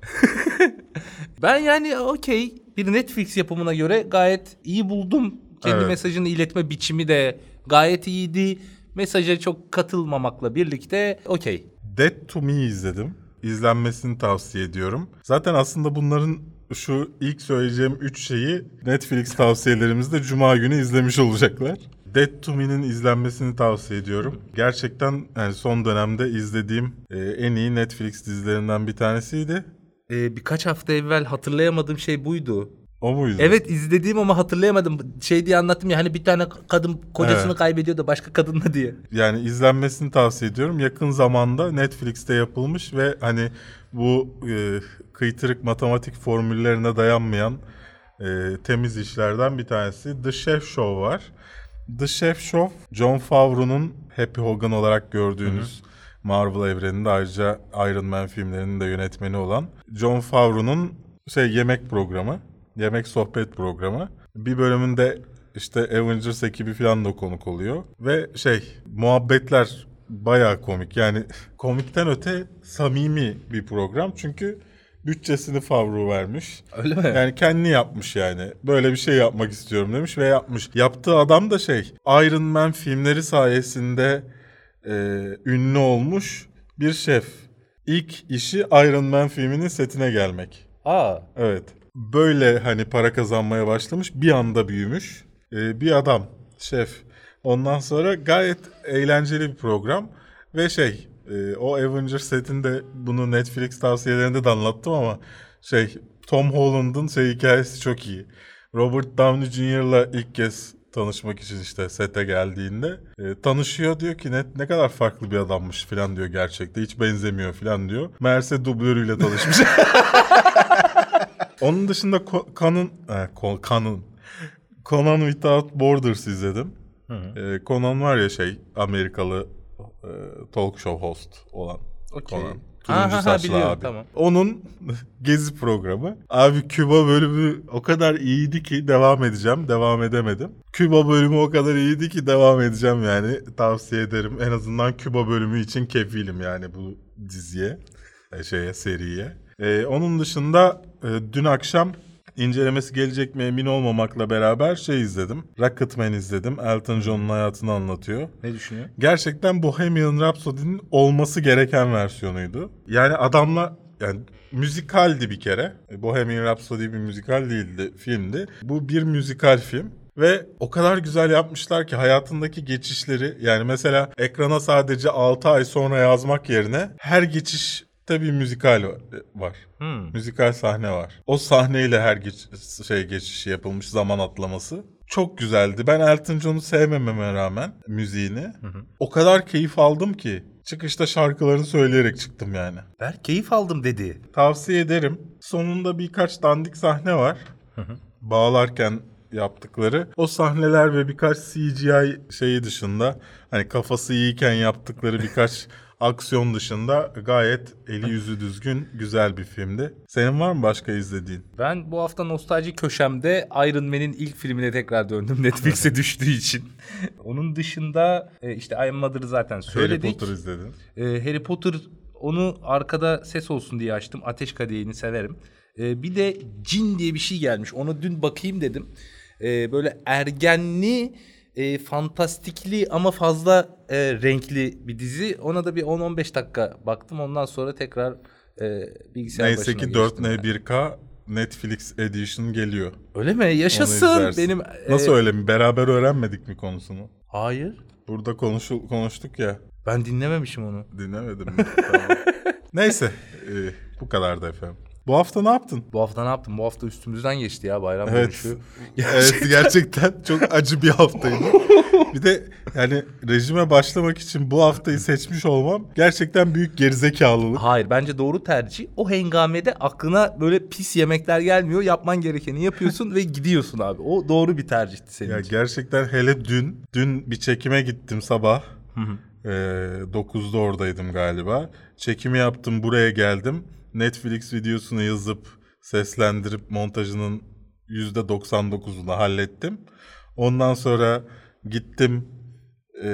Ben yani okey, bir Netflix yapımına göre gayet iyi buldum. Kendi evet. mesajını iletme biçimi de gayet iyiydi. Mesaja çok katılmamakla birlikte okey. Dead to Me izledim. İzlenmesini tavsiye ediyorum. Zaten aslında bunların şu ilk söyleyeceğim üç şeyi Netflix tavsiyelerimizde Cuma günü izlemiş olacaklar. Dead to Me'nin izlenmesini tavsiye ediyorum. Gerçekten yani son dönemde izlediğim e, en iyi Netflix dizilerinden bir tanesiydi. Ee, birkaç hafta evvel hatırlayamadığım şey buydu. O muydu? Evet, izlediğim ama hatırlayamadım. Şey diye anlattım ya, hani bir tane kadın kocasını evet. kaybediyor da başka kadınla diye. Yani izlenmesini tavsiye ediyorum. Yakın zamanda Netflix'te yapılmış ve hani bu e, kıytırık matematik formüllerine dayanmayan e, temiz işlerden bir tanesi. The Chef Show var. The Chef Show, Jon Favreau'nun Happy Hogan olarak gördüğünüz hı hı. Marvel evreninde ayrıca Iron Man filmlerinin de yönetmeni olan Jon Favreau'nun şey yemek programı, yemek sohbet programı. Bir bölümünde işte Avengers ekibi falan da konuk oluyor ve şey muhabbetler bayağı komik. Yani komikten öte samimi bir program çünkü bütçesini Favreau vermiş. Öyle mi? Yani kendini yapmış yani. Böyle bir şey yapmak istiyorum demiş ve yapmış. Yaptığı adam da şey, Iron Man filmleri sayesinde e, ünlü olmuş bir şef. İlk işi Iron Man filminin setine gelmek. Aa. Evet. Böyle hani para kazanmaya başlamış, bir anda büyümüş. E, bir adam, şef. Ondan sonra gayet eğlenceli bir program ve şey, e, o Avengers setinde bunu Netflix tavsiyelerinde de anlattım ama şey, Tom Holland'ın şey hikayesi çok iyi. Robert Downey Junior'la ilk kez tanışmak için işte sete geldiğinde e, tanışıyor, diyor ki ne, ne kadar farklı bir adammış falan diyor, gerçekte hiç benzemiyor falan diyor. Meğerse dublörüyle tanışmış. Onun dışında Ko- Conan, e, Conan, Conan Without Borders izledim. Hı hı. E, Conan var ya şey, Amerikalı e, talk show host olan Okay. Conan. Ha, Turuncu ha, saçlı biliyorum, abi. tamam. Onun gezi programı. Abi Küba bölümü o kadar iyiydi ki devam edeceğim. Devam edemedim. Küba bölümü o kadar iyiydi ki devam edeceğim yani. Tavsiye ederim. En azından Küba bölümü için kefilim yani bu diziye. Şeye, seriye. Ee, onun dışında e, dün akşam incelemesi gelecek mi emin olmamakla beraber şey izledim. Rocketman izledim. Elton John'un hayatını anlatıyor. Ne düşünüyor? Gerçekten Bohemian Rhapsody'nin olması gereken versiyonuydu. Yani adamla, yani müzikaldi bir kere. Bohemian Rhapsody bir müzikal değildi, filmdi. Bu bir müzikal film. Ve o kadar güzel yapmışlar ki hayatındaki geçişleri, yani mesela ekrana sadece altı ay sonra yazmak yerine her geçiş bir müzikal var. Hmm. Müzikal sahne var. O sahneyle her geç, şey geçişi yapılmış, zaman atlaması. Çok güzeldi. Ben Elton John'u sevmememe rağmen müziğini hı hı. o kadar keyif aldım ki çıkışta şarkılarını söyleyerek çıktım yani. Ben keyif aldım dedi. Tavsiye ederim. Sonunda birkaç dandik sahne var. Hı hı. Bağlarken yaptıkları. O sahneler ve birkaç C G I şeyi dışında, hani kafası iyiyken yaptıkları birkaç aksiyon dışında gayet eli yüzü düzgün, güzel bir filmdi. Senin var mı başka izlediğin? Ben bu hafta nostalji köşemde Iron Man'in ilk filmine tekrar döndüm Netflix'e düştüğü için. Onun dışında işte I Am Mother'ı zaten söyledik. Harry Potter izledin. Ee, Harry Potter, onu arkada ses olsun diye açtım. Ateş Kadehi'ni severim. Ee, bir de Cin diye bir şey gelmiş. Onu dün bakayım dedim. Ee, böyle ergenli, e, fantastikli ama fazla e, renkli bir dizi. Ona da bir on on beş dakika baktım. Ondan sonra tekrar e, bilgisayar Neyse başına ki geçtim. dört N bir K Netflix Edition geliyor. Öyle mi? Yaşasın. Benim Nasıl e... öyle mi? Beraber öğrenmedik mi konusunu? Hayır. Burada konuşu, konuştuk ya. Ben dinlememişim onu. Dinlemedim mi? Tamam. Neyse. E, bu kadardı efendim. Bu hafta ne yaptın? Bu hafta ne yaptım? Bu hafta üstümüzden geçti ya bayram evet. dönüşü. Evet, gerçekten çok acı bir haftaydı. Bir de yani rejime başlamak için bu haftayı seçmiş olmam gerçekten büyük gerizekalılık. Hayır, bence doğru tercih. O hengamede aklına böyle pis yemekler gelmiyor. Yapman gerekeni yapıyorsun ve gidiyorsun abi. O doğru bir tercihti senin ya için. Gerçekten hele dün, dün bir çekime gittim sabah. Hı hı. Ee, dokuzda oradaydım galiba. Çekimi yaptım, buraya geldim. Netflix videosunu yazıp seslendirip montajının yüzde doksan dokuzunu hallettim. Ondan sonra gittim e,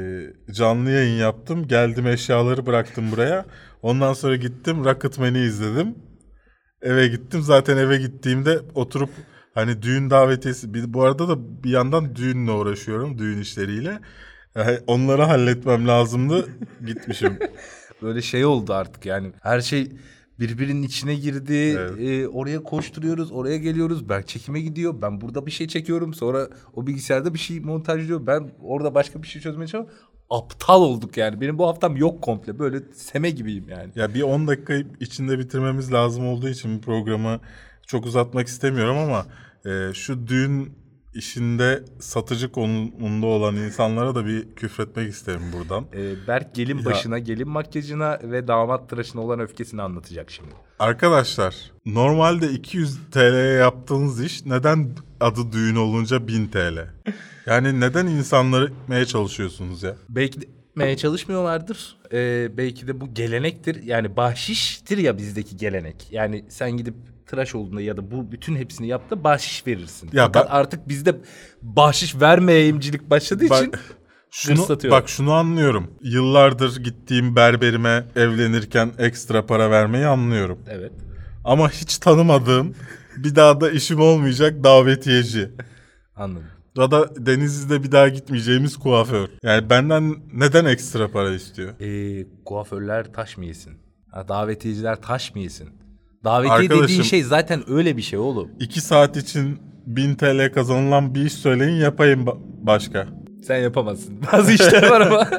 canlı yayın yaptım. Geldim, eşyaları bıraktım buraya. Ondan sonra gittim Rocketman'i izledim. Eve gittim. Zaten eve gittiğimde oturup hani düğün davetiyesi, bu arada da bir yandan düğünle uğraşıyorum, düğün işleriyle. Yani onları halletmem lazımdı. Gitmişim. Böyle şey oldu artık yani. Her şey birbirinin içine girdi. Evet. Ee, oraya koşturuyoruz, oraya geliyoruz. Ben çekime gidiyor. Ben burada bir şey çekiyorum. Sonra o bilgisayarda bir şey montajlıyor. Ben orada başka bir şey çözmeye çalışıyorum. Aptal olduk yani. Benim bu haftam yok komple. Böyle seme gibiyim yani. Ya bir on dakika içinde bitirmemiz lazım olduğu için bu programı çok uzatmak istemiyorum ama e, şu düğün işinde satıcı konumunda olan insanlara da bir küfretmek isterim buradan. Ee, Berk gelin ya. başına, gelin makyajına ve damat tıraşına olan öfkesini anlatacak şimdi. Arkadaşlar, normalde iki yüz T L'ye yaptığınız iş neden adı düğün olunca bin T L? Yani neden insanları etmeye çalışıyorsunuz ya? Belki de etmeye çalışmıyorlardır. Ee, belki de bu gelenektir. Yani bahşiştir ya bizdeki gelenek. Yani sen gidip tıraş olduğunda ya da bu bütün hepsini yap da bahşiş verirsin. Ya Fakat ben, artık bizde bahşiş vermeyeyimcilik başladığı bak, için şunu, bak şunu anlıyorum. Yıllardır gittiğim berberime evlenirken ekstra para vermeyi anlıyorum. Evet. ama hiç tanımadığım, bir daha da işim olmayacak davetiyeci. Anladım. Ya da Denizli'de bir daha gitmeyeceğimiz kuaför. Yani benden neden ekstra para istiyor? Ee, kuaförler taş mı yesin? Ha, davetiyeciler taş mı yesin? Davetiye Arkadaşım, dediğin şey zaten öyle bir şey oğlum. İki saat için bin T L kazanılan bir iş söyleyin, yapayım ba- başka. Sen yapamazsın. Bazı işler var ama.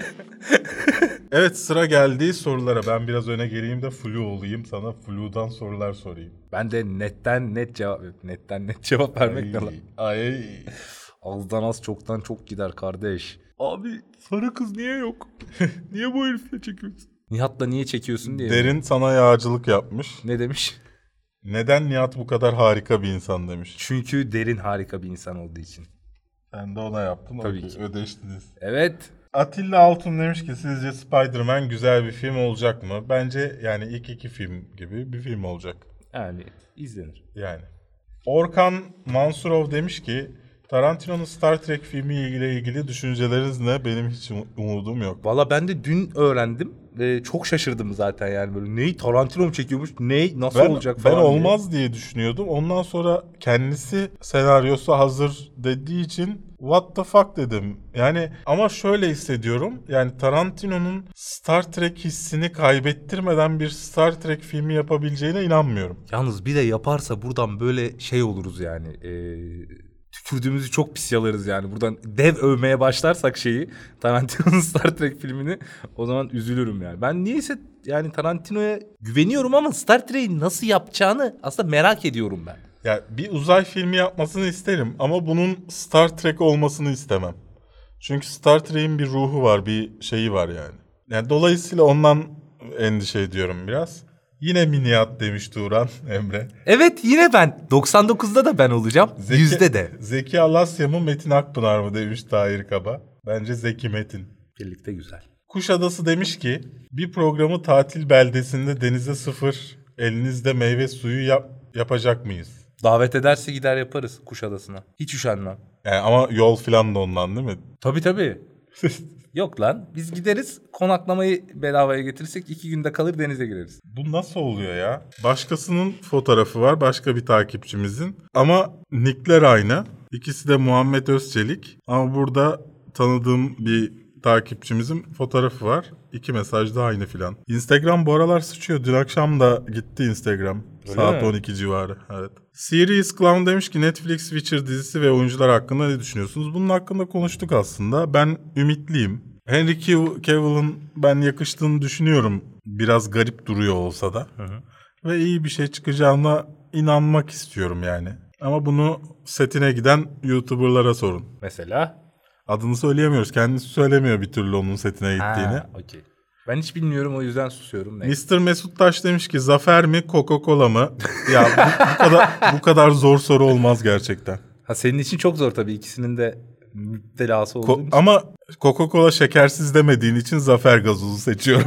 Evet, sıra geldiği sorulara. Ben biraz öne geleyim de flu olayım. Sana flu'dan sorular sorayım. Ben de netten net cevap netten net cevap vermek ne lan? Ay. Azdan az çoktan çok gider kardeş. Abi sarı kız niye yok? Niye bu herifle çekiyorsun? Nihat'la niye çekiyorsun diye. Derin sana yağcılık yapmış. Ne demiş? Neden Nihat bu kadar harika bir insan demiş. Çünkü Derin harika bir insan olduğu için. Sen de ona yaptın. Tabii okey, ki. Ödeştiniz. Evet. Atilla Altun demiş ki sizce Spider-Man güzel bir film olacak mı? Bence yani ilk iki film gibi bir film olacak. Yani izlenir. Yani. Orkan Mansurov demiş ki Tarantino'nun Star Trek filmi ile ilgili düşünceleriniz ne? Benim hiç umudum yok. Valla ben de dün öğrendim ve çok şaşırdım zaten yani böyle neyi Tarantino mu çekiyormuş ney nasıl Ben, olacak ben falan diye. olmaz diye düşünüyordum. Ondan sonra kendisi senaryosu hazır dediği için what the fuck dedim. Yani ama şöyle hissediyorum. Yani Tarantino'nun Star Trek hissini kaybettirmeden bir Star Trek filmi yapabileceğine inanmıyorum. Yalnız bir de yaparsa buradan böyle şey oluruz yani. Eee... Tükürdüğümüzü çok pis yalarız yani. Buradan dev övmeye başlarsak şeyi Tarantino'nun Star Trek filmini o zaman üzülürüm yani. Ben niyeyse yani Tarantino'ya güveniyorum ama Star Trek'i nasıl yapacağını aslında merak ediyorum ben. Ya bir uzay filmi yapmasını isterim ama bunun Star Trek olmasını istemem. Çünkü Star Trek'in bir ruhu var, bir şeyi var yani. Yani dolayısıyla ondan endişe ediyorum biraz. Yine mi Nihat demiş Turan Emre. Evet yine ben. doksan dokuzda da ben olacağım. Zeki, Yüzde de. Zeki Alasya mı Metin Akpınar mı demiş Tahir Kaba. Bence Zeki Metin. Birlikte güzel. Kuşadası demiş ki bir programı tatil beldesinde denize sıfır elinizde meyve suyu yap, yapacak mıyız? Davet ederse gider yaparız Kuşadası'na. Hiç üşenmem. Yani ama yol falan da ondan değil mi? Tabii tabii. Yok lan biz gideriz konaklamayı bedavaya getirirsek iki günde kalır denize gireriz. Bu nasıl oluyor ya? Başkasının fotoğrafı var, başka bir takipçimizin. Ama nickler aynı. İkisi de Muhammed Özçelik. Ama burada tanıdığım bir takipçimizin fotoğrafı var. İki mesaj da aynı filan. Instagram bu aralar sıçıyor. Dün akşam da gitti Instagram. Öyle Saat mi? on iki civarı. Evet. Serious Clown demiş ki Netflix Witcher dizisi ve oyuncular hakkında ne düşünüyorsunuz? Bunun hakkında konuştuk aslında. Ben ümitliyim. Henry Cavill'ın ben yakıştığını düşünüyorum. Biraz garip duruyor olsa da. Hı hı. Ve iyi bir şey çıkacağına inanmak istiyorum yani. Ama bunu setine giden YouTuber'lara sorun. Mesela? Adını söyleyemiyoruz. Kendisi söylemiyor bir türlü onun setine gittiğini. Ha, okey. Ben hiç bilmiyorum o yüzden susuyorum. Ne? mister Mesut Taş demiş ki Zafer mi Coca-Cola mı? Ya bu, bu kadar bu kadar zor soru olmaz gerçekten. Ha senin için çok zor tabii ikisinin de müptelası olduğum Ko- için. ama Coca-Cola şekersiz demediğin için Zafer gazozu seçiyorum.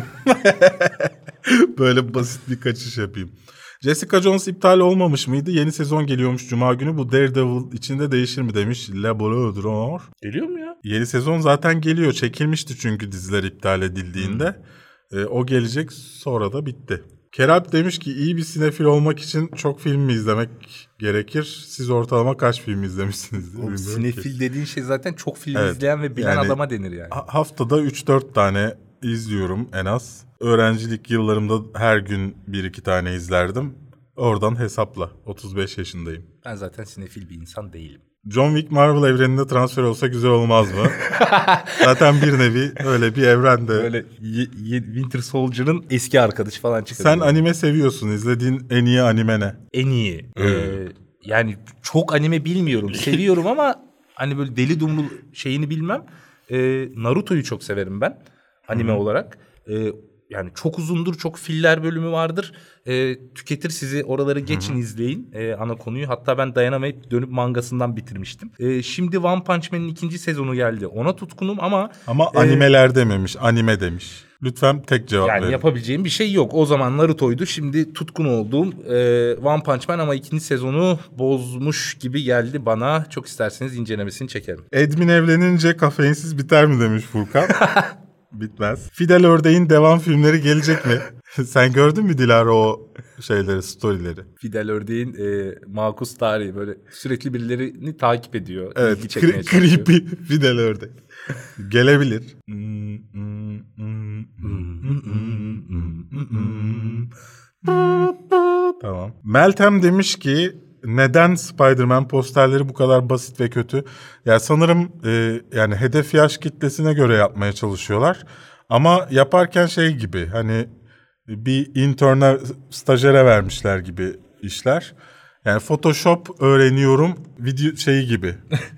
Böyle basit bir kaçış yapayım. Jessica Jones iptal olmamış mıydı? Yeni sezon geliyormuş Cuma günü. Bu Daredevil içinde değişir mi demiş Le Boulodron. Geliyor mu ya? Yeni sezon zaten geliyor. Çekilmişti çünkü diziler iptal edildiğinde. Hmm. E, o gelecek, sonra da bitti. Keralp demiş ki iyi bir sinefil olmak için çok film mi izlemek gerekir? Siz ortalama kaç film izlemişsiniz? O sinefil dediğin şey zaten çok film Evet, izleyen ve bilen yani adama denir yani. Ha- haftada üç dört tane izliyorum en az. Öğrencilik yıllarımda her gün bir iki tane izlerdim. Oradan hesapla. otuz beş yaşındayım. Ben zaten sinefil bir insan değilim. John Wick Marvel evreninde transfer olsa güzel olmaz mı? Zaten bir nevi öyle bir evrende. Böyle y- y- Winter Soldier'ın eski arkadaşı falan çıkıyor. Sen anime seviyorsun. İzlediğin en iyi anime ne? En iyi. Hmm. Ee, yani çok anime bilmiyorum. Seviyorum ama hani böyle deli dumrul şeyini bilmem. Ee, Naruto'yu çok severim ben. Anime Hı-hı. olarak. Ee, yani çok uzundur, çok filler bölümü vardır. Ee, tüketir sizi, oraları geçin Hı-hı. izleyin ee, ana konuyu. Hatta ben dayanamayıp dönüp mangasından bitirmiştim. Ee, şimdi One Punch Man'in ikinci sezonu geldi. Ona tutkunum ama... Ama e, animeler dememiş, anime demiş. Lütfen tek cevap yani verin. yapabileceğim bir şey yok. O zaman Naruto'ydu. Şimdi tutkun olduğum e, One Punch Man ama ikinci sezonu bozmuş gibi geldi bana. Çok isterseniz incelemesini çekerim. Edmin evlenince kafeinsiz biter mi demiş Furkan. Bitmez. Fidel Ördeğin devam filmleri gelecek mi? Sen gördün mü Dilara o şeyleri, storyleri. Fidel Ördeğin e, makus tarihi böyle sürekli birilerini takip ediyor. Evet, ilgi çekmeye cre- çalışıyor. creepy Fidel ördek. Gelebilir. Tamam. Meltem demiş ki neden Spider-Man posterleri bu kadar basit ve kötü? Ya sanırım e, yani hedef yaş kitlesine göre yapmaya çalışıyorlar. Ama yaparken şey gibi hani bir interna stajyere vermişler gibi işler. Yani Photoshop öğreniyorum video şeyi gibi.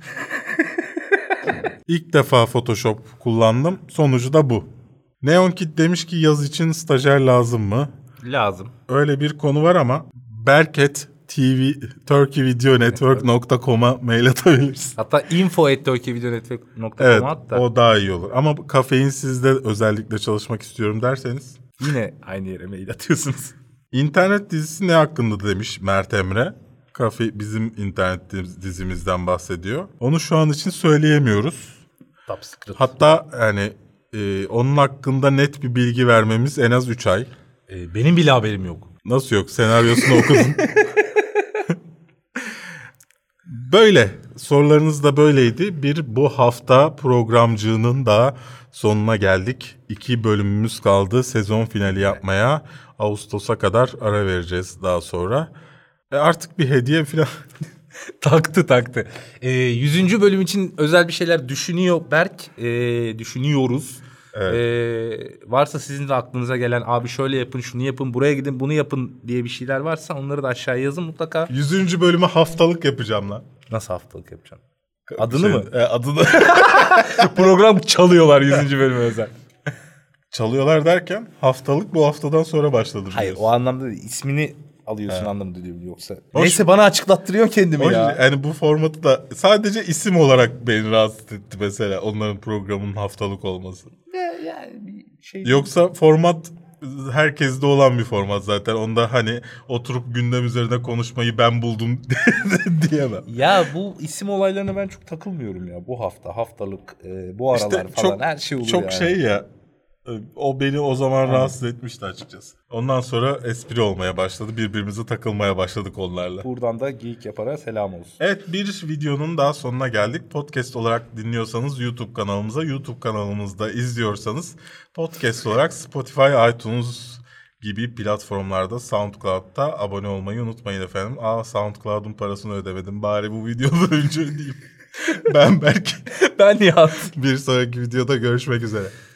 İlk defa Photoshop kullandım. Sonucu da bu. Neon Kid demiş ki yaz için stajyer lazım mı? Lazım. Öyle bir konu var ama Berket T V Turkey Video Network nokta com'a mail atabilirsin. Hatta info at turkey video network nokta Evet, com'a at da o daha iyi olur. Ama kafeinsizde özellikle çalışmak istiyorum derseniz. yine aynı yere mail atıyorsunuz. İnternet dizisi ne hakkında demiş Mert Emre. Kafe bizim internet diz- dizimizden bahsediyor. Onu şu an için söyleyemiyoruz. Top secret. Hatta yani e, onun hakkında net bir bilgi vermemiz en az üç ay. E, benim bile haberim yok. Nasıl yok? Senaryosunu okudun. Böyle. Sorularınız da böyleydi. Bir bu hafta programcığının da sonuna geldik. İki bölümümüz kaldı. Sezon finali yapmaya. Ağustos'a kadar ara vereceğiz daha sonra. E artık bir hediye falan. taktı taktı. E, yüzüncü bölüm için özel bir şeyler düşünüyor Berk. E, düşünüyoruz. Evet. E, varsa sizin de aklınıza gelen abi şöyle yapın, şunu yapın, buraya gidin, bunu yapın diye bir şeyler varsa onları da aşağıya yazın mutlaka. Yüzüncü bölümü haftalık yapacağım lan. Nasıl haftalık yapacağım? Adını Şey, mı? E, adını. Program çalıyorlar yüzüncü bölümü özel. Çalıyorlar derken haftalık bu haftadan sonra başladı. Hayır diyorsun. o anlamda değil. İsmini alıyorsun anlamında diyorum yoksa. Hoş- Neyse bana açıklattırıyorsun kendimi Hoş- ya. Yani bu formatı da sadece isim olarak beni rahatsız etti mesela onların programının haftalık olması. Yani bir şey. Yoksa format herkeste olan bir format zaten. Onda hani oturup gündem üzerine konuşmayı ben buldum diyemem. Ya bu isim olaylarına ben çok takılmıyorum ya. Bu hafta, haftalık, e, bu aralar İşte falan çok, her şey olur çok yani. şey ya. O beni o zaman rahatsız etmişti açıkçası. Ondan sonra espri olmaya başladı. Birbirimize takılmaya başladık onlarla. Buradan da Geek Yapar'a selam olsun. Evet, bir videonun daha sonuna geldik. Podcast olarak dinliyorsanız YouTube kanalımıza, YouTube kanalımızda izliyorsanız podcast olarak Spotify, iTunes gibi platformlarda, SoundCloud'da abone olmayı unutmayın efendim. Aa, SoundCloud'un parasını ödemedim. Bari bu videodan önce ödeyeyim. Ben Berk. Ben Nihat. Bir sonraki videoda görüşmek üzere.